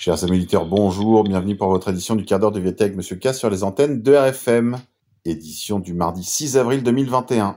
Chers amis auditeurs, bonjour, bienvenue pour votre édition du quart d'heure de vérité avec Monsieur K sur les antennes de RFM. Édition du mardi 6 avril 2021.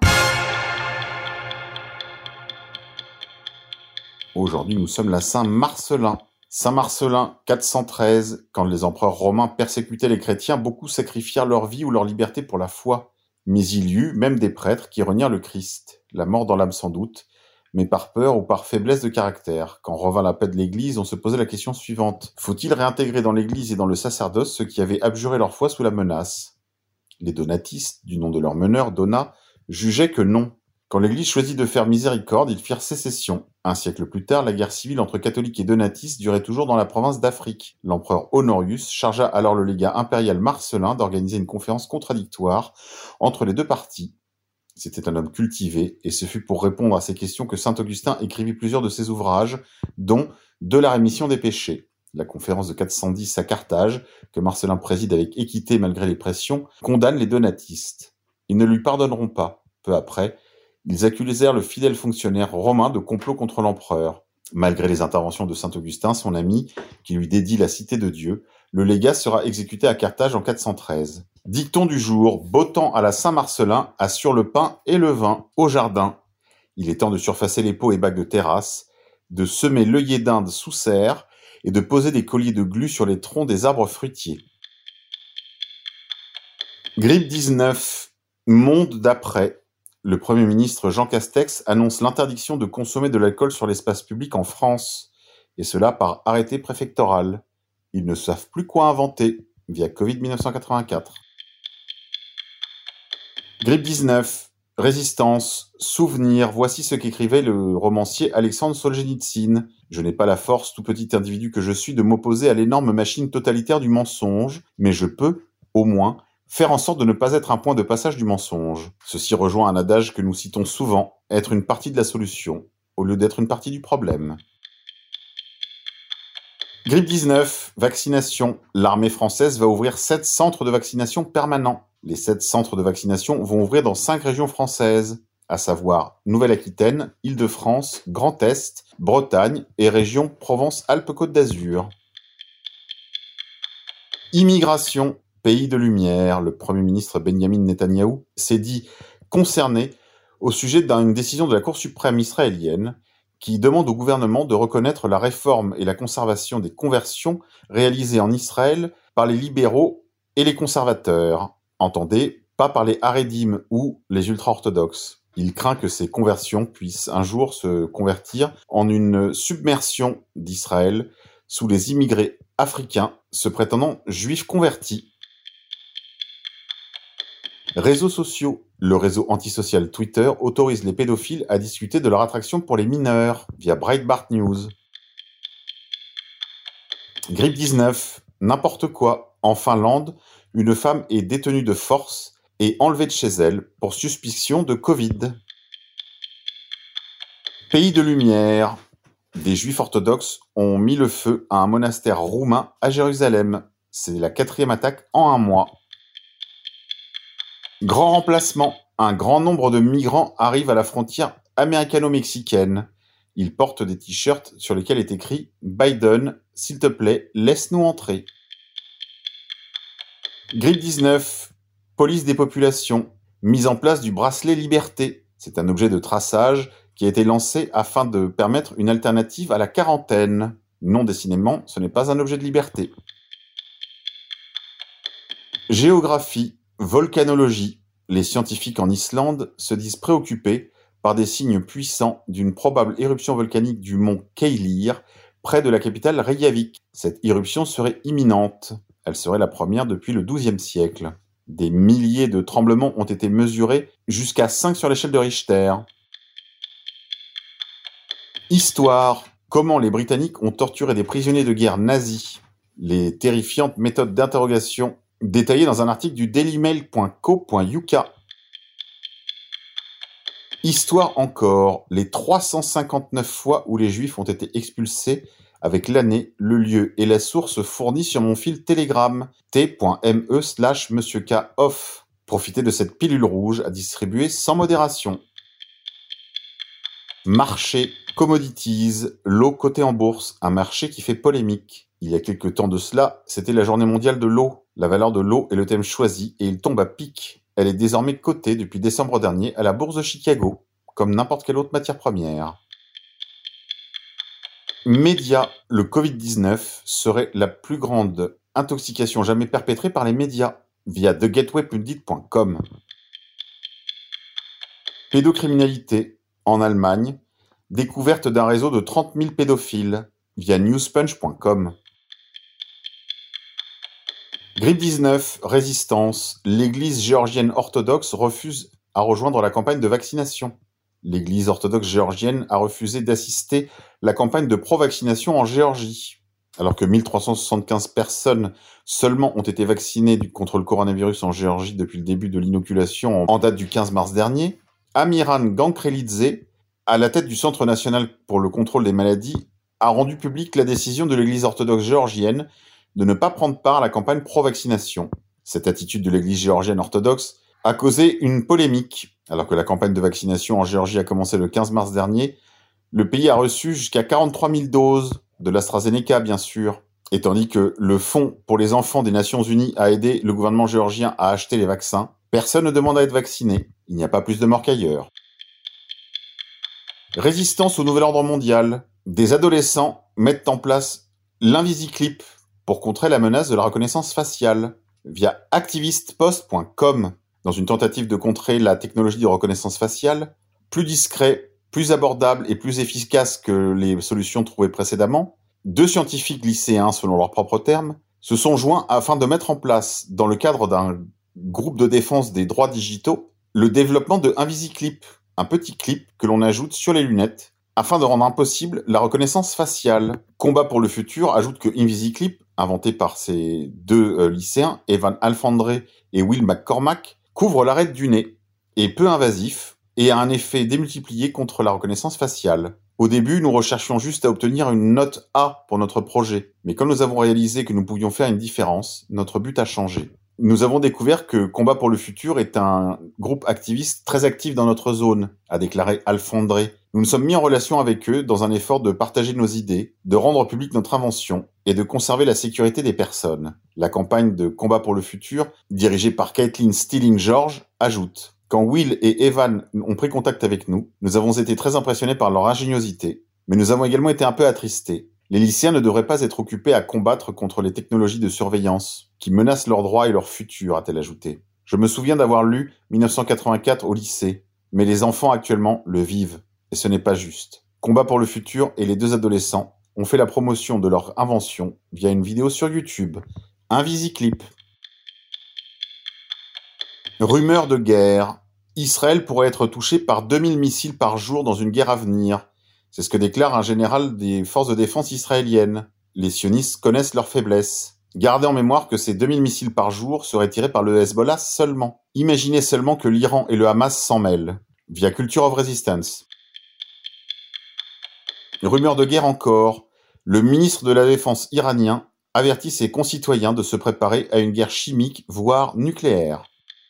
Aujourd'hui, nous sommes la Saint-Marcellin. Saint-Marcellin, 413, quand les empereurs romains persécutaient les chrétiens, beaucoup sacrifièrent leur vie ou leur liberté pour la foi. Mais il y eut même des prêtres qui renièrent le Christ, la mort dans l'âme sans doute, mais par peur ou par faiblesse de caractère. Quand revint la paix de l'Église, on se posait la question suivante. Faut-il réintégrer dans l'Église et dans le sacerdoce ceux qui avaient abjuré leur foi sous la menace ? Les donatistes, du nom de leur meneur, Donat, jugeaient que non. Quand l'Église choisit de faire miséricorde, ils firent sécession. Un siècle plus tard, la guerre civile entre catholiques et donatistes durait toujours dans la province d'Afrique. L'empereur Honorius chargea alors le légat impérial Marcellin d'organiser une conférence contradictoire entre les deux parties. C'était un homme cultivé, et ce fut pour répondre à ces questions que saint Augustin écrivit plusieurs de ses ouvrages, dont « De la rémission des péchés ». La conférence de 410 à Carthage, que Marcellin préside avec équité malgré les pressions, condamne les donatistes. Ils ne lui pardonneront pas. Peu après, ils accusèrent le fidèle fonctionnaire romain de complot contre l'empereur. Malgré les interventions de saint Augustin, son ami, qui lui dédie la cité de Dieu, le légat sera exécuté à Carthage en 413. Dicton du jour, beau temps à la Saint-Marcellin, assure le pain et le vin au jardin. Il est temps de surfacer les pots et bacs de terrasse, de semer l'œillet d'Inde sous serre et de poser des colliers de glu sur les troncs des arbres fruitiers. Grippe 19, monde d'après. Le Premier ministre Jean Castex annonce l'interdiction de consommer de l'alcool sur l'espace public en France, et cela par arrêté préfectoral. Ils ne savent plus quoi inventer, via Covid 1984. Grippe 19, résistance, souvenir, voici ce qu'écrivait le romancier Alexandre Solzhenitsyn. Je n'ai pas la force, tout petit individu que je suis, de m'opposer à l'énorme machine totalitaire du mensonge, mais je peux, au moins, faire en sorte de ne pas être un point de passage du mensonge. Ceci rejoint un adage que nous citons souvent, être une partie de la solution, au lieu d'être une partie du problème. Grippe 19, vaccination. L'armée française va ouvrir 7 centres de vaccination permanents. Les 7 centres de vaccination vont ouvrir dans 5 régions françaises, à savoir Nouvelle-Aquitaine, Île-de-France, Grand Est, Bretagne et région Provence-Alpes-Côte d'Azur. Immigration, pays de lumière. Le Premier ministre Benjamin Netanyahou s'est dit concerné au sujet d'une décision de la Cour suprême israélienne qui demande au gouvernement de reconnaître la réforme et la conservation des conversions réalisées en Israël par les libéraux et les conservateurs. Entendez, pas par les haredim ou les ultra-orthodoxes. Il craint que ces conversions puissent un jour se convertir en une submersion d'Israël sous les immigrés africains se prétendant juifs convertis. Réseaux sociaux. Le réseau antisocial Twitter autorise les pédophiles à discuter de leur attraction pour les mineurs via Breitbart News. Grippe 19. N'importe quoi. En Finlande, une femme est détenue de force et enlevée de chez elle pour suspicion de Covid. Pays de lumière. Des juifs orthodoxes ont mis le feu à un monastère roumain à Jérusalem. C'est la 4e attaque en un mois. Grand remplacement. Un grand nombre de migrants arrivent à la frontière américano-mexicaine. Ils portent des t-shirts sur lesquels est écrit « Biden, s'il te plaît, laisse-nous entrer ». Grippe 19. Police des populations. Mise en place du bracelet liberté. C'est un objet de traçage qui a été lancé afin de permettre une alternative à la quarantaine. Non, décidément, ce n'est pas un objet de liberté. Géographie. Volcanologie. Les scientifiques en Islande se disent préoccupés par des signes puissants d'une probable éruption volcanique du mont Keilir, près de la capitale Reykjavik. Cette éruption serait imminente. Elle serait la première depuis le XIIe siècle. Des milliers de tremblements ont été mesurés, jusqu'à 5 sur l'échelle de Richter. Histoire. Comment les Britanniques ont torturé des prisonniers de guerre nazis. Les terrifiantes méthodes d'interrogation détaillé dans un article du dailymail.co.uk. Histoire encore, les 359 fois où les Juifs ont été expulsés avec l'année, le lieu et la source fournis sur mon fil Telegram, t.me/monsieurkoff. Profitez de cette pilule rouge à distribuer sans modération. Marché. Commodities, l'eau cotée en bourse, un marché qui fait polémique. Il y a quelque temps de cela, c'était la journée mondiale de l'eau. La valeur de l'eau est le thème choisi et il tombe à pic. Elle est désormais cotée depuis décembre dernier à la bourse de Chicago, comme n'importe quelle autre matière première. Médias, le Covid-19 serait la plus grande intoxication jamais perpétrée par les médias, via thegatewaypundit.com. Pédocriminalité, en Allemagne, découverte d'un réseau de 30 000 pédophiles, via newspunch.com. Grippe 19, résistance, l'église géorgienne orthodoxe refuse à rejoindre la campagne de vaccination. L'église orthodoxe géorgienne a refusé d'assister la campagne de pro-vaccination en Géorgie. Alors que 1375 personnes seulement ont été vaccinées contre le coronavirus en Géorgie depuis le début de l'inoculation en date du 15 mars dernier, Amiran Gankrelidze, à la tête du Centre national pour le contrôle des maladies, a rendu publique la décision de l'église orthodoxe géorgienne de ne pas prendre part à la campagne pro-vaccination. Cette attitude de l'église géorgienne orthodoxe a causé une polémique. Alors que la campagne de vaccination en Géorgie a commencé le 15 mars dernier, le pays a reçu jusqu'à 43 000 doses de l'AstraZeneca, bien sûr. Et tandis que le Fonds pour les enfants des Nations Unies a aidé le gouvernement géorgien à acheter les vaccins, personne ne demande à être vacciné. Il n'y a pas plus de morts qu'ailleurs. Résistance au nouvel ordre mondial. Des adolescents mettent en place l'Invisiclip pour contrer la menace de la reconnaissance faciale via activistpost.com. Dans une tentative de contrer la technologie de reconnaissance faciale, plus discret, plus abordable et plus efficace que les solutions trouvées précédemment, 2 scientifiques lycéens, selon leurs propres termes, se sont joints afin de mettre en place, dans le cadre d'un groupe de défense des droits digitaux, le développement de Invisiclip, un petit clip que l'on ajoute sur les lunettes, afin de rendre impossible la reconnaissance faciale. Combat pour le futur ajoute que Invisiclip, inventé par ces 2 lycéens, Evan Alfandré et Will McCormack, couvre l'arête du nez, est peu invasif et a un effet démultiplié contre la reconnaissance faciale. Au début, nous recherchions juste à obtenir une note A pour notre projet, mais quand nous avons réalisé que nous pouvions faire une différence, notre but a changé. Nous avons découvert que Combat pour le futur est un groupe activiste très actif dans notre zone, a déclaré Alfandré. Nous nous sommes mis en relation avec eux dans un effort de partager nos idées, de rendre publique notre invention et de conserver la sécurité des personnes. La campagne de Combat pour le futur, dirigée par Caitlin Stealing-George, ajoute: quand Will et Evan ont pris contact avec nous, nous avons été très impressionnés par leur ingéniosité, mais nous avons également été un peu attristés. Les lycéens ne devraient pas être occupés à combattre contre les technologies de surveillance qui menacent leurs droits et leur futur, a-t-elle ajouté. Je me souviens d'avoir lu 1984 au lycée, mais les enfants actuellement le vivent, et ce n'est pas juste. Combat pour le futur et les 2 adolescents ont fait la promotion de leur invention via une vidéo sur YouTube. Invisiclip. Rumeur de guerre. Israël pourrait être touché par 2000 missiles par jour dans une guerre à venir. C'est ce que déclare un général des forces de défense israéliennes. Les sionistes connaissent leurs faiblesses. Gardez en mémoire que ces 2000 missiles par jour seraient tirés par le Hezbollah seulement. Imaginez seulement que l'Iran et le Hamas s'en mêlent. Via Culture of Resistance. Rumeur de guerre encore. Le ministre de la Défense iranien avertit ses concitoyens de se préparer à une guerre chimique, voire nucléaire.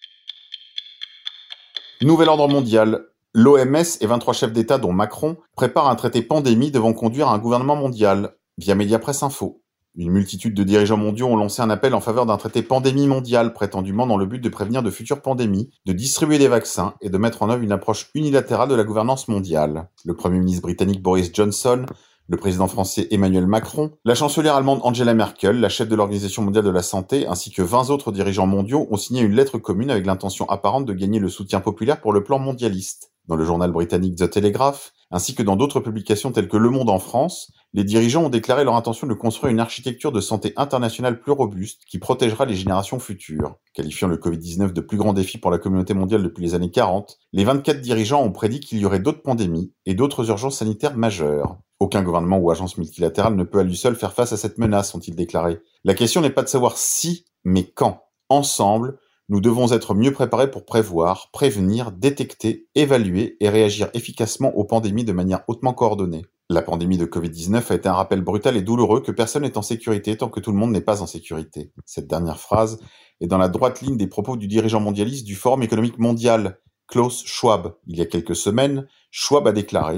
Nouvel ordre mondial. L'OMS et 23 chefs d'État, dont Macron, préparent un traité pandémie devant conduire à un gouvernement mondial, via Mediapresse Info. Une multitude de dirigeants mondiaux ont lancé un appel en faveur d'un traité pandémie mondial, prétendument dans le but de prévenir de futures pandémies, de distribuer des vaccins et de mettre en œuvre une approche unilatérale de la gouvernance mondiale. Le Premier ministre britannique Boris Johnson, le président français Emmanuel Macron, la chancelière allemande Angela Merkel, la chef de l'Organisation mondiale de la santé, ainsi que 20 autres dirigeants mondiaux ont signé une lettre commune avec l'intention apparente de gagner le soutien populaire pour le plan mondialiste. Dans le journal britannique The Telegraph, ainsi que dans d'autres publications telles que Le Monde en France, les dirigeants ont déclaré leur intention de construire une architecture de santé internationale plus robuste qui protégera les générations futures. Qualifiant le Covid-19 de plus grand défi pour la communauté mondiale depuis les années 40, les 24 dirigeants ont prédit qu'il y aurait d'autres pandémies et d'autres urgences sanitaires majeures. Aucun gouvernement ou agence multilatérale ne peut à lui seul faire face à cette menace, ont-ils déclaré. La question n'est pas de savoir si, mais quand. Ensemble, nous devons être mieux préparés pour prévoir, prévenir, détecter, évaluer et réagir efficacement aux pandémies de manière hautement coordonnée. La pandémie de Covid-19 a été un rappel brutal et douloureux que personne n'est en sécurité tant que tout le monde n'est pas en sécurité. Cette dernière phrase est dans la droite ligne des propos du dirigeant mondialiste du Forum économique mondial, Klaus Schwab. Il y a quelques semaines, Schwab a déclaré: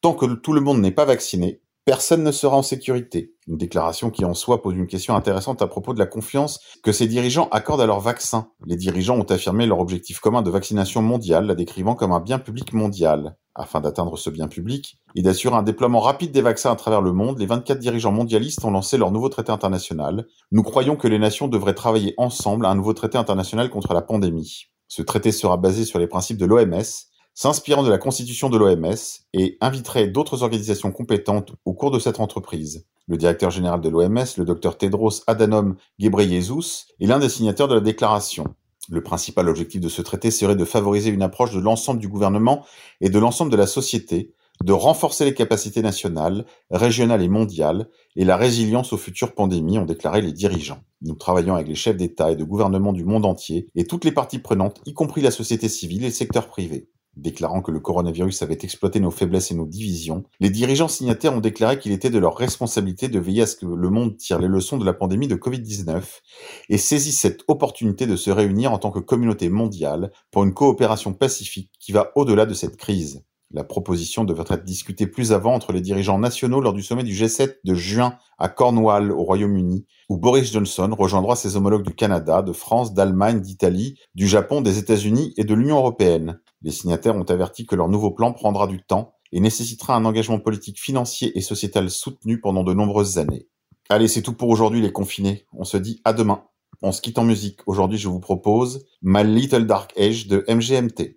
Tant que tout le monde n'est pas vacciné, personne ne sera en sécurité. Une déclaration qui en soi pose une question intéressante à propos de la confiance que ces dirigeants accordent à leurs vaccins. Les dirigeants ont affirmé leur objectif commun de vaccination mondiale, la décrivant comme un bien public mondial. Afin d'atteindre ce bien public et d'assurer un déploiement rapide des vaccins à travers le monde, les 24 dirigeants mondialistes ont lancé leur nouveau traité international. Nous croyons que les nations devraient travailler ensemble à un nouveau traité international contre la pandémie. Ce traité sera basé sur les principes de l'OMS, s'inspirant de la constitution de l'OMS et inviterait d'autres organisations compétentes au cours de cette entreprise. Le directeur général de l'OMS, le Dr Tedros Adhanom Ghebreyesus, est l'un des signataires de la déclaration. Le principal objectif de ce traité serait de favoriser une approche de l'ensemble du gouvernement et de l'ensemble de la société, de renforcer les capacités nationales, régionales et mondiales et la résilience aux futures pandémies, ont déclaré les dirigeants. Nous travaillons avec les chefs d'État et de gouvernement du monde entier et toutes les parties prenantes, y compris la société civile et le secteur privé. Déclarant que le coronavirus avait exploité nos faiblesses et nos divisions, les dirigeants signataires ont déclaré qu'il était de leur responsabilité de veiller à ce que le monde tire les leçons de la pandémie de Covid-19 et saisisse cette opportunité de se réunir en tant que communauté mondiale pour une coopération pacifique qui va au-delà de cette crise. La proposition devrait être discutée plus avant entre les dirigeants nationaux lors du sommet du G7 de juin à Cornwall, au Royaume-Uni, où Boris Johnson rejoindra ses homologues du Canada, de France, d'Allemagne, d'Italie, du Japon, des États-Unis et de l'Union européenne. Les signataires ont averti que leur nouveau plan prendra du temps et nécessitera un engagement politique, financier et sociétal soutenu pendant de nombreuses années. Allez, c'est tout pour aujourd'hui les confinés. On se dit à demain. On se quitte en musique. Aujourd'hui, je vous propose My Little Dark Age de MGMT.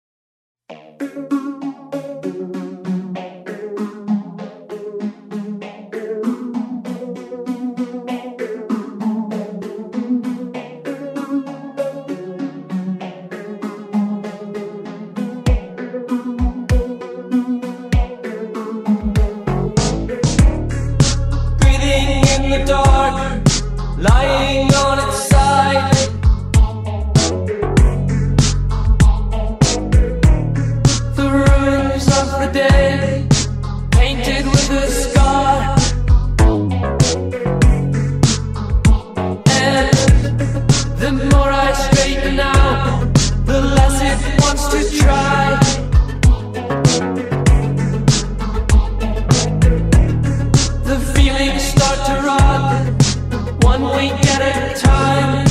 Lying on its side, the ruins of the day, painted with a scar. And the more I straighten out, the less it wants to try. The feelings start to rot, one week at a time.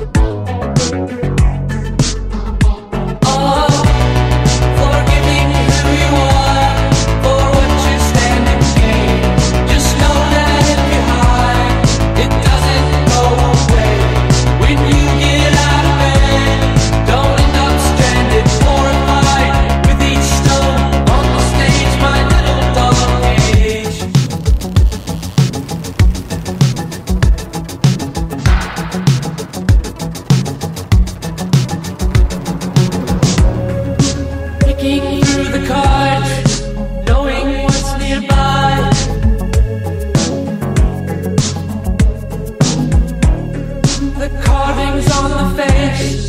Oh, forgiving who you are for what you stand and gain. Just know that if you hide, it doesn't go away. When you get out of bed, don't end up stranded, horrified with each stone on the stage, my little dark age. Picking through the cards, knowing what's nearby. The carvings on the face,